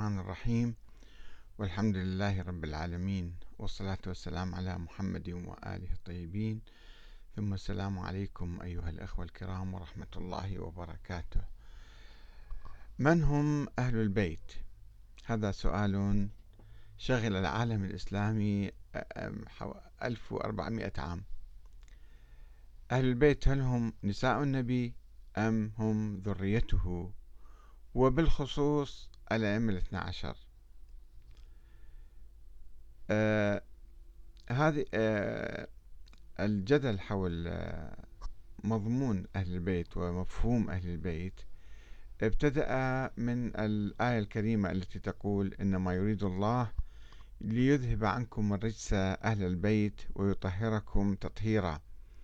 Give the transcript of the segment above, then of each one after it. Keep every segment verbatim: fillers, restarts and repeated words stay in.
الرحمن الرحيم، والحمد لله رب العالمين، والصلاة والسلام على محمد وآله الطيبين، ثم السلام عليكم أيها الأخوة الكرام ورحمة الله وبركاته. من هم أهل البيت؟ هذا سؤال شغل العالم الإسلامي ألف وأربعمائة عام. أهل البيت هل هم نساء النبي أم هم ذريته، وبالخصوص الأئمة الاثنى عشر؟ آه هذه آه الجدل حول آه مضمون أهل البيت ومفهوم أهل البيت ابتدأ من الآية الكريمة التي تقول: إنما يريد الله ليذهب عنكم الرجس أهل البيت ويطهركم تطهيرا.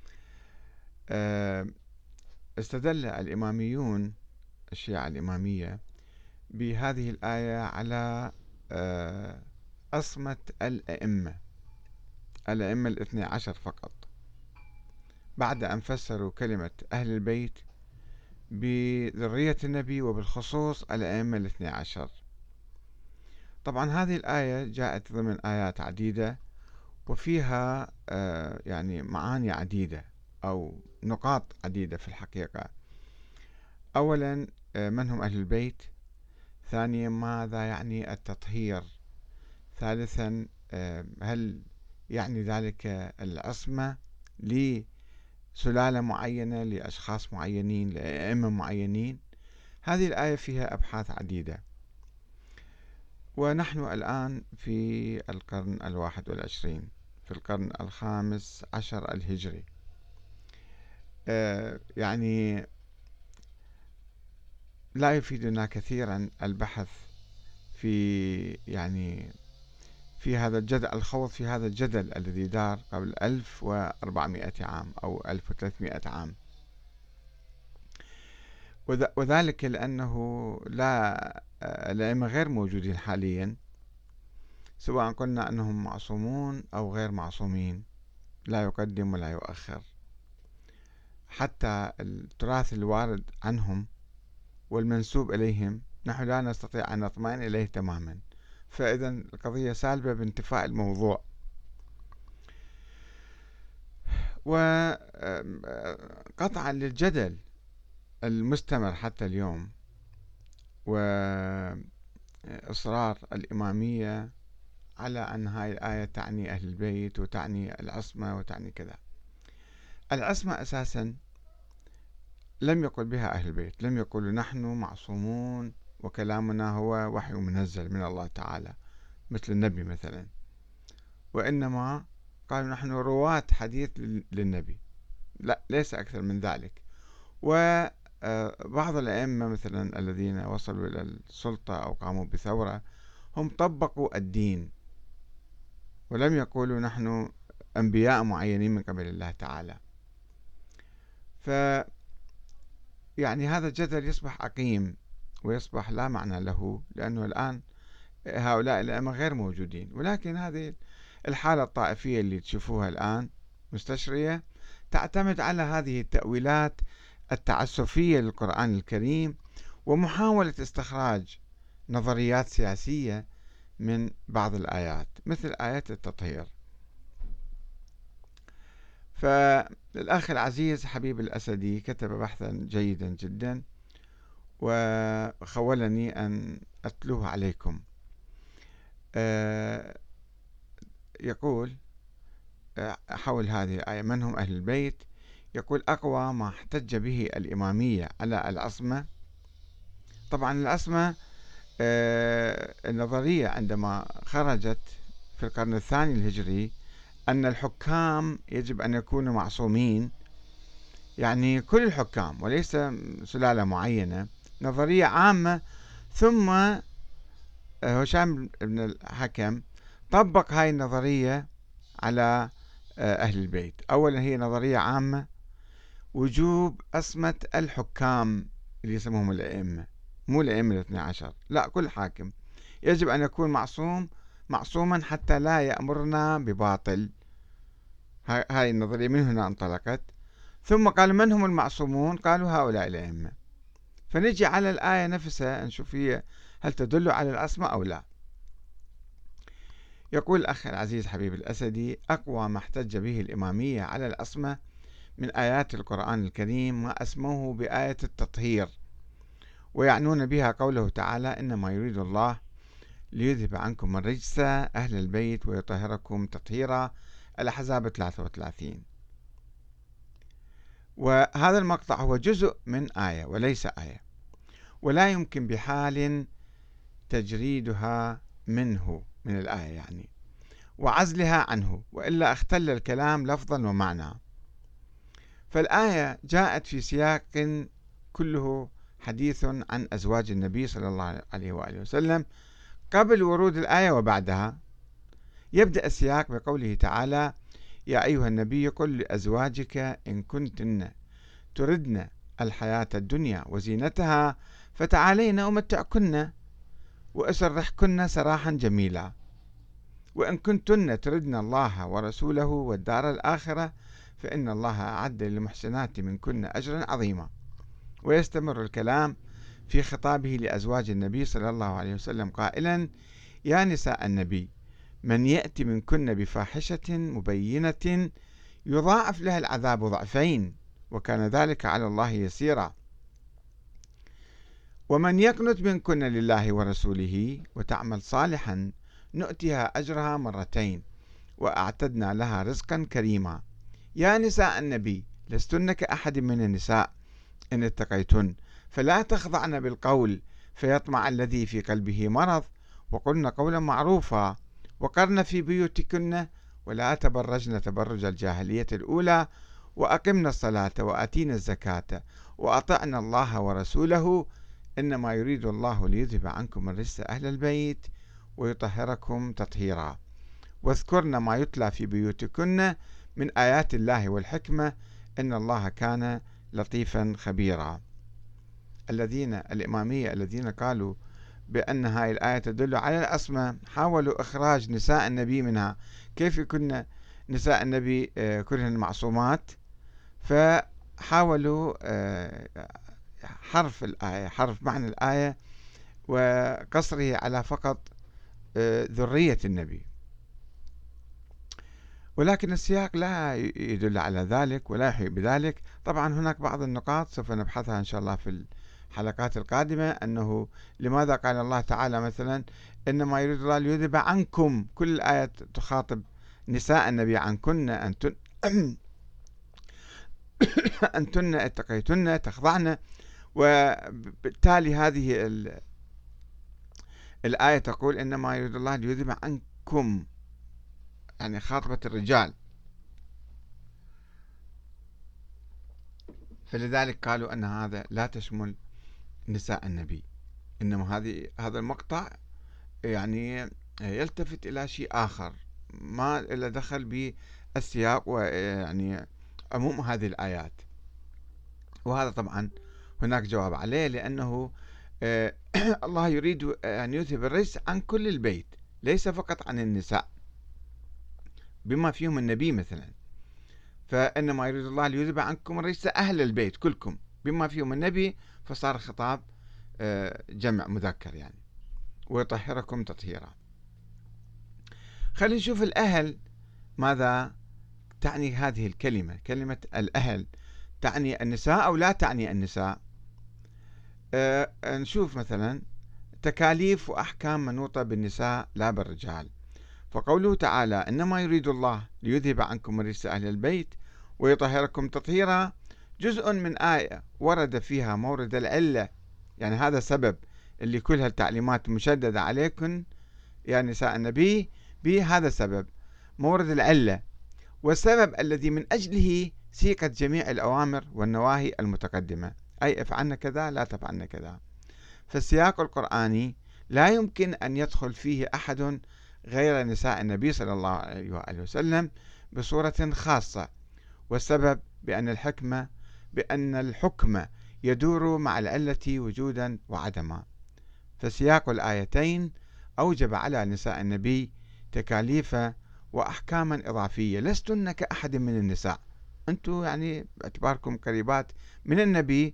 آه استدل الإماميون، الشيعة الإمامية، بهذه الآية على آه عصمة الأئمة الأئمة الاثني عشر فقط، بعد أن فسروا كلمة أهل البيت بذرية النبي وبالخصوص الأئمة الاثني عشر. طبعا هذه الآية جاءت ضمن آيات عديدة وفيها آه يعني معاني عديدة أو نقاط عديدة في الحقيقة. أولا، آه من هم أهل البيت؟ ثانيا، ماذا يعني التطهير؟ ثالثا، آه هل يعني ذلك العصمة لسلالة معينة، لأشخاص معينين، لأئمة معينين؟ هذه الآية فيها أبحاث عديدة، ونحن الآن في القرن الواحد والعشرين، في القرن الخامس عشر الهجري. آه يعني لا يفيدنا كثيرا البحث في يعني في هذا الجدل، الخوض في هذا الجدل الذي دار قبل ألف وأربعمائة عام أو ألف وثلاثمائة عام، وذلك لأنه لا الأئمة غير موجودين حاليا، سواء قلنا أنهم معصومون أو غير معصومين، لا يقدم ولا يؤخر. حتى التراث الوارد عنهم والمنسوب إليهم نحن لا نستطيع أن نطمئن إليه تماما، فإذا القضية سالبة بانتفاء الموضوع. وقطعا للجدل المستمر حتى اليوم وإصرار الإمامية على أن هاي الآية تعني أهل البيت وتعني العصمة وتعني كذا. العصمة أساسا لم يقل بها أهل البيت، لم يقولوا نحن معصومون وكلامنا هو وحي منزل من الله تعالى مثل النبي مثلا، وإنما قالوا نحن رواة حديث للنبي، لا ليس أكثر من ذلك. وبعض الأئمة مثلا الذين وصلوا إلى السلطة أو قاموا بثورة هم طبقوا الدين ولم يقولوا نحن أنبياء معينين من قبل الله تعالى. ف يعني هذا الجدل يصبح عقيم ويصبح لا معنى له، لأنه الآن هؤلاء الأئمة غير موجودين. ولكن هذه الحالة الطائفية اللي تشوفوها الآن مستشرية تعتمد على هذه التأويلات التعسفية للقرآن الكريم ومحاولة استخراج نظريات سياسية من بعض الآيات مثل آية التطهير. فالأخ العزيز حبيب الأسدي كتب بحثا جيدا جدا وخولني أن أتلوه عليكم. يقول حول هذه الآية من هم أهل البيت، يقول: أقوى ما احتج به الإمامية على العصمة، طبعا العصمة النظرية عندما خرجت في القرن الثاني الهجري أن الحكام يجب أن يكونوا معصومين، يعني كل الحكام وليس سلالة معينة، نظرية عامة. ثم هشام بن الحكم طبق هاي النظرية على أهل البيت. أولا هي نظرية عامة، وجوب عصمة الحكام اللي يسموهم الأئمة، مو الأئمة الاثنى عشر، لا، كل حاكم يجب أن يكون معصوم معصوما حتى لا يأمرنا بباطل. هاي النظرية من هنا انطلقت. ثم قال من هم المعصومون؟ قالوا هؤلاء الأئمة. فنجي على الآية نفسها نشوف هي هل تدل على العصمة أو لا؟ يقول الأخ العزيز حبيب الأسدي: أقوى ما احتج به الإمامية على العصمة من آيات القرآن الكريم ما أسموه بآية التطهير، ويعنون بها قوله تعالى: إنما يريد الله ليذهب عنكم الرجس أهل البيت ويطهركم تطهيرا، الأحزاب ثلاثة وثلاثين. وهذا المقطع هو جزء من آية وليس آية، ولا يمكن بحال تجريدها منه من الآية يعني وعزلها عنه، وإلا اختل الكلام لفظا ومعنى. فالآية جاءت في سياق كله حديث عن أزواج النبي صلى الله عليه وآله وسلم قبل ورود الآية وبعدها. يبدأ السياق بقوله تعالى: يا أيها النبي قل لأزواجك إن كنتن تردن الحياة الدنيا وزينتها فتعالين أمتعكن وأسرحكن سراحا جميلا، وإن كنتن تردن الله ورسوله والدار الآخرة فإن الله أعد للمحسنات منكن أجرا عظيما. ويستمر الكلام في خطابه لأزواج النبي صلى الله عليه وسلم قائلا: يا نساء النبي من يأتي منكن بفاحشة مبينة يضاعف لها العذاب ضعفين وكان ذلك على الله يسيرا، ومن يقنت منكن لله ورسوله وتعمل صالحا نؤتها أجرها مرتين وأعتدنا لها رزقا كريما. يا نساء النبي لستن كأحد من النساء إن اتقيتن فلا تخضعن بالقول فيطمع الذي في قلبه مرض، وقلن قولا معروفا، وقرن في بيوتكن ولا تبرجن تبرج الجاهلية الأولى، وأقمنا الصلاة وآتينا الزكاة وأطعنا الله ورسوله إنما يريد الله ليذهب عنكم الرجس أهل البيت ويطهركم تطهيرا، واذكرن ما يتلى في بيوتكن من آيات الله والحكمة إن الله كان لطيفا خبيرا. الذين الإمامية الذين قالوا بأن هذه الآية تدل على العصمة حاولوا إخراج نساء النبي منها. كيف يكون نساء النبي كلهن معصومات؟ فحاولوا حرف الآية حرف معنى الآية وقصره على فقط ذرية النبي، ولكن السياق لا يدل على ذلك ولا يحيي بذلك. طبعا هناك بعض النقاط سوف نبحثها إن شاء الله في الحلقات القادمة، أنه لماذا قال الله تعالى مثلا إنما يريد الله ليذهب عنكم، كل الآية تخاطب نساء النبي عنكن أنتن أنتن اتقيتن تخضعن، وبالتالي هذه الآية تقول إنما يريد الله ليذهب عنكم، يعني خاطبة الرجال، فلذلك قالوا أن هذا لا تشمل نساء النبي. إنما هذه هذا المقطع يعني يلتفت إلى شيء آخر ما إلا دخل بالسياق ويعني عموم هذه الآيات، وهذا طبعا هناك جواب عليه، لأنه الله يريد أن يذهب الرجس عن كل البيت ليس فقط عن النساء بما فيهم النبي مثلا، فإنما يريد الله ليذهب عنكم الرجس أهل البيت كلكم بما فيهم النبي، فصار خطاب جمع مذكر يعني، ويطهركم تطهيرا. خلينا نشوف الأهل ماذا تعني هذه الكلمة. كلمة الأهل تعني النساء أو لا تعني النساء؟ أه نشوف مثلا تكاليف وأحكام منوطة بالنساء لا بالرجال. فقوله تعالى إنما يريد الله ليذهب عنكم الرجس أهل البيت ويطهركم تطهيرا جزء من آية ورد فيها مورد العلة، يعني هذا سبب اللي كل هالتعليمات مشددة عليكم يا نساء النبي بهذا السبب مورد العلة، والسبب الذي من أجله سيقت جميع الأوامر والنواهي المتقدمة، أي افعلن كذا لا تفعلن كذا. فالسياق القرآني لا يمكن أن يدخل فيه أحد غير نساء النبي صلى الله عليه وآله وسلم بصورة خاصة، والسبب بأن الحكمة بأن الحكم يدور مع العلة وجودا وعدما. فسياق الآيتين أوجب على نساء النبي تكاليف وأحكاما إضافية. لستن كأحد من النساء، أنتم يعني باعتباركم قريبات من النبي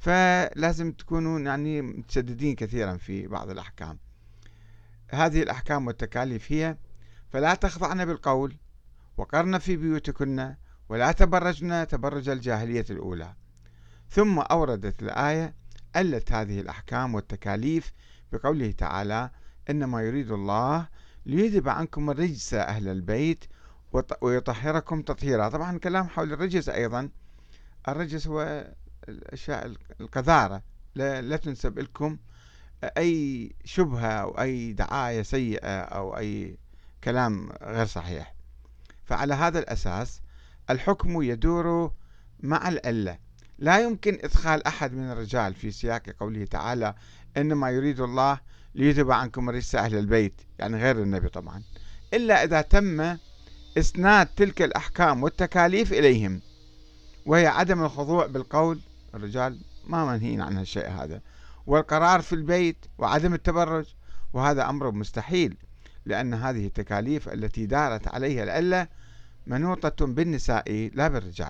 فلازم تكونوا يعني متشددين كثيرا في بعض الأحكام. هذه الأحكام والتكاليف هي: فلا تخضعن بالقول وقرن في بيوتكن ولا تبرجن تبرج الجاهلية الأولى. ثم أوردت الآية ألت هذه الأحكام والتكاليف بقوله تعالى: إنما يريد الله ليذهب عنكم الرجس أهل البيت ويطهركم تطهيرا. طبعا كلام حول الرجس أيضا. الرجس هو الأشياء القذارة، لا, لا تنسب لكم أي شبهة أو أي دعاية سيئة أو أي كلام غير صحيح. فعلى هذا الأساس الحكم يدور مع العلة. لا يمكن إدخال أحد من الرجال في سياق قوله تعالى: إنما يريد الله ليذهب عنكم الرجس أهل البيت، يعني غير النبي طبعا، إلا إذا تم إسناد تلك الأحكام والتكاليف إليهم، وهي عدم الخضوع بالقول، الرجال ما منهين عن هالشيء هذا، والقرار في البيت وعدم التبرج، وهذا أمر مستحيل، لأن هذه التكاليف التي دارت عليها العلة منوطة بالنساء لا بالرجال.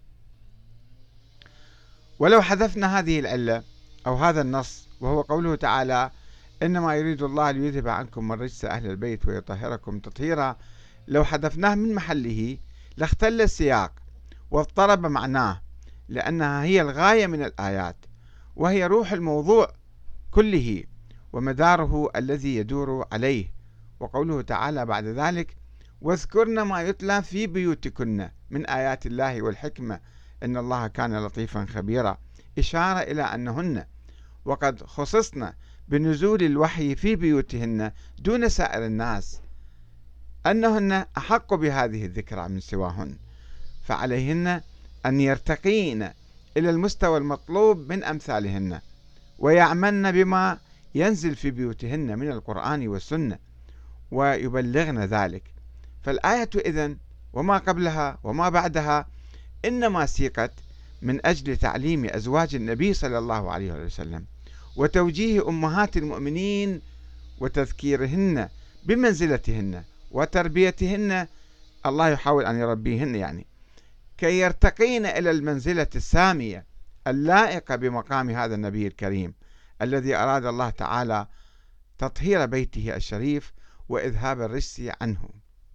ولو حذفنا هذه العلة أو هذا النص، وهو قوله تعالى: إنما يريد الله ليذهب عنكم الرجس أهل البيت ويطهركم تطهيرا، لو حذفناه من محله لاختل السياق واضطرب معناه، لأنها هي الغاية من الآيات، وهي روح الموضوع كله ومداره الذي يدور عليه. وقوله تعالى بعد ذلك: واذكرن ما يتلى في بيوتكن من آيات الله والحكمة إن الله كان لطيفا خبيرا، إشارة إلى أنهن وقد خصصن بنزول الوحي في بيوتهن دون سائر الناس، أنهن أحق بهذه الذكرى من سواهن، فعليهن أن يرتقين إلى المستوى المطلوب من أمثالهن، ويعملن بما ينزل في بيوتهن من القرآن والسنة ويبلغن ذلك. فالآية إذن وما قبلها وما بعدها إنما سيقت من أجل تعليم أزواج النبي صلى الله عليه وسلم وتوجيه أمهات المؤمنين وتذكيرهن بمنزلتهن وتربيتهن. الله يحاول أن يربيهن يعني كي يرتقين إلى المنزلة السامية اللائقة بمقام هذا النبي الكريم الذي أراد الله تعالى تطهير بيته الشريف وإذهاب الرجس عنه.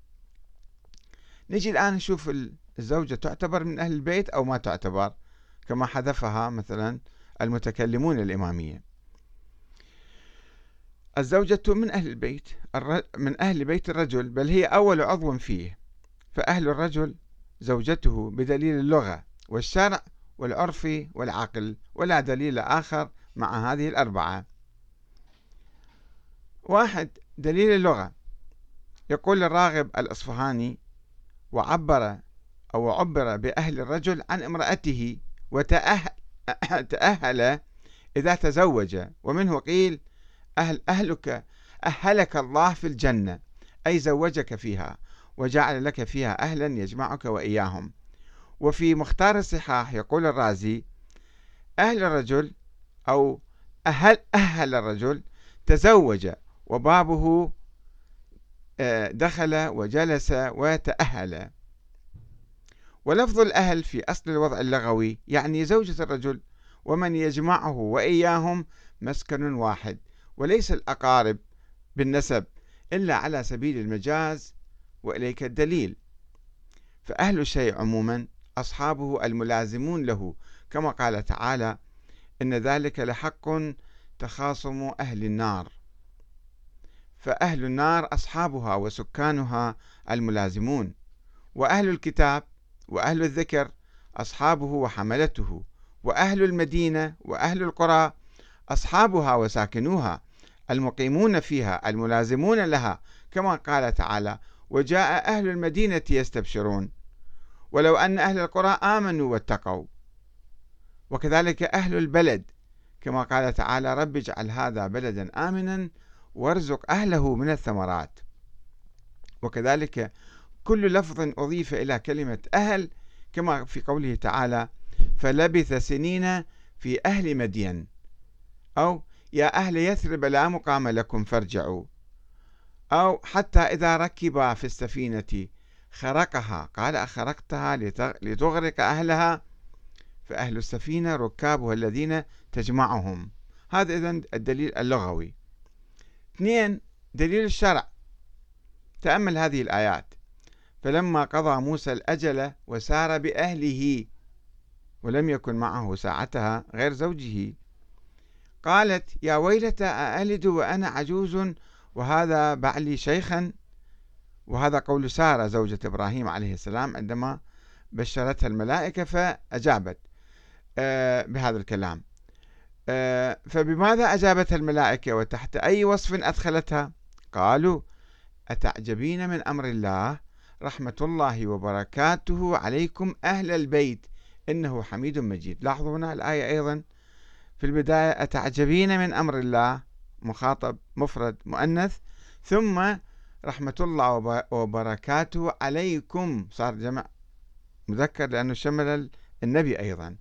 نجي الآن نشوف الزوجة تعتبر من أهل البيت أو ما تعتبر، كما حذفها مثلا المتكلمون الإمامية. الزوجة من أهل البيت، من أهل بيت الرجل، بل هي أول عضو فيه، فأهل الرجل زوجته بدليل اللغة والشرع والعرف والعقل، ولا دليل آخر مع هذه الأربعة. واحد، دليل اللغة. يقول الراغب الأصفهاني: وعبر أو عبر بأهل الرجل عن امرأته وتأهل إذا تزوج، ومنه قيل: أهل أهلك أهلك الله في الجنة، أي زوجك فيها وجعل لك فيها أهلا يجمعك وإياهم. وفي مختار الصحاح يقول الرازي: أهل الرجل أو أهل أهل الرجل تزوج وبابه دخل وجلس وتأهل. ولفظ الأهل في أصل الوضع اللغوي يعني زوجة الرجل ومن يجمعه وإياهم مسكن واحد، وليس الأقارب بالنسب إلا على سبيل المجاز، وإليك الدليل. فأهل الشيء عموما أصحابه الملازمون له، كما قال تعالى: إن ذلك لحق تخاصم أهل النار. فأهل النار أصحابها وسكانها الملازمون، وأهل الكتاب وأهل الذكر أصحابه وحملته، وأهل المدينة وأهل القرى أصحابها وساكنوها المقيمون فيها الملازمون لها، كما قال تعالى: وجاء أهل المدينة يستبشرون ولو أن أهل القرى آمنوا واتقوا. وكذلك أهل البلد، كما قال تعالى: رب اجعل هذا بلدا آمنا وارزق أهله من الثمرات. وكذلك كل لفظ أضيف إلى كلمة أهل، كما في قوله تعالى: فلبث سنين في أهل مدين، أو يا أهل يثرب لا مقام لكم فارجعوا، أو حتى إذا ركب في السفينة خرقها قال أخرقتها لتغرق أهلها، فأهل السفينة ركابها الذين تجمعهم. هذا إذن الدليل اللغوي. اثنين، دليل الشرع. تأمل هذه الآيات: فلما قضى موسى الأجل وسار بأهله ولم يكن معه ساعتها غير زوجه، قالت يا ويلتى أألد وأنا عجوز وهذا بعلي شيخا. وهذا قول سارة زوجة إبراهيم عليه السلام عندما بشرتها الملائكة فأجابت بهذا الكلام. فبماذا أجابتها الملائكة وتحت أي وصف أدخلتها؟ قالوا أتعجبين من أمر الله رحمة الله وبركاته عليكم أهل البيت إنه حميد مجيد. لاحظوا هنا الآية أيضا في البداية أتعجبين من أمر الله، مخاطب مفرد مؤنث، ثم رحمة الله وبركاته عليكم، صار جمع مذكر لأنه شمل النبي أيضا.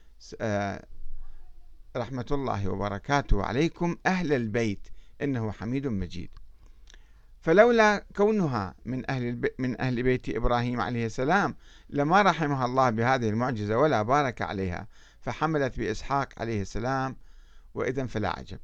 رحمة الله وبركاته عليكم أهل البيت إنه حميد مجيد. فلولا كونها من أهل من أهل بيت إبراهيم عليه السلام لما رحمها الله بهذه المعجزة ولا بارك عليها، فحملت بإسحاق عليه السلام، وإذن فلا عجب.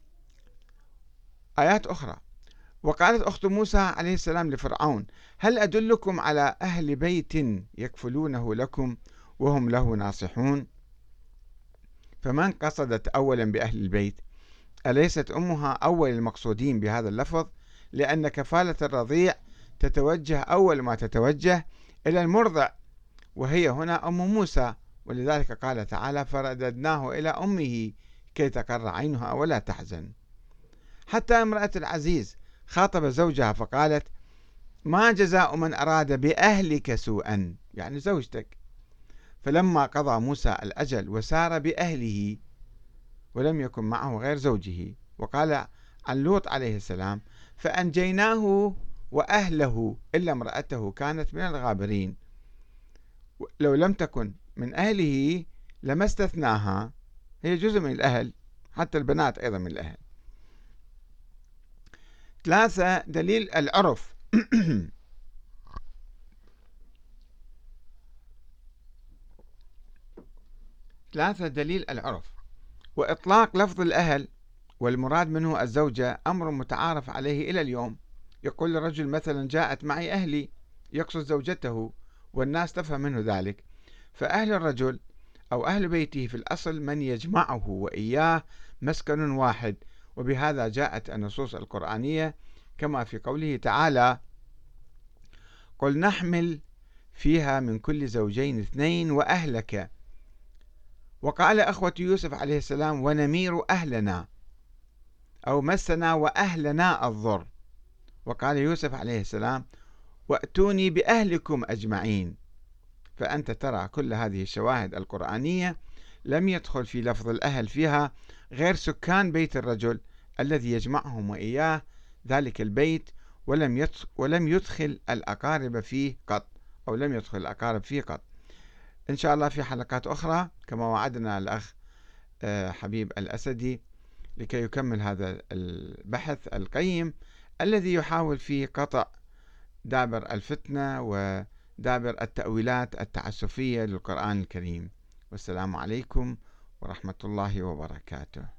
آيات أخرى: وقالت أخت موسى عليه السلام لفرعون هل أدلكم على أهل بيت يكفلونه لكم وهم له ناصحون؟ فمن قصدت أولا بأهل البيت؟ أليست أمها أول المقصودين بهذا اللفظ؟ لأن كفالة الرضيع تتوجه أول ما تتوجه إلى المرضع، وهي هنا أم موسى، ولذلك قال تعالى فرددناه إلى أمه كي تقر عينها ولا تحزن. حتى امرأة العزيز خاطب زوجها فقالت ما جزاء من أراد بأهلك سوءا، يعني زوجتك. فلما قضى موسى الأجل وسار بأهله ولم يكن معه غير زوجه. وقال عن لوط عليه السلام فأنجيناه وأهله إلا امرأته كانت من الغابرين. لو لم تكن من أهله لما استثناها، هي جزء من الأهل، حتى البنات أيضا من الأهل. ثلاثة، دليل العرف. ثلاثة، دليل العرف. وإطلاق لفظ الأهل والمراد منه الزوجة أمر متعارف عليه إلى اليوم. يقول الرجل مثلا جاءت معي أهلي، يقصد زوجته، والناس تفهم منه ذلك. فأهل الرجل أو أهل بيته في الأصل من يجمعه وإياه مسكن واحد، وبهذا جاءت النصوص القرآنية كما في قوله تعالى قل نحمل فيها من كل زوجين اثنين وأهلك. وقال أخوة يوسف عليه السلام ونمير أهلنا، أو مسنا وأهلنا الضر. وقال يوسف عليه السلام وأتوني بأهلكم أجمعين. فأنت ترى كل هذه الشواهد القرآنية لم يدخل في لفظ الأهل فيها غير سكان بيت الرجل الذي يجمعهم وإياه ذلك البيت، ولم ولم يدخل الأقارب فيه قط، أو لم يدخل الأقارب فيه قط. إن شاء الله في حلقات أخرى كما وعدنا الأخ حبيب الأسدي لكي يكمل هذا البحث القيم الذي يحاول فيه قطع دابر الفتنة ودابر التأويلات التعسفية للقرآن الكريم. والسلام عليكم ورحمة الله وبركاته.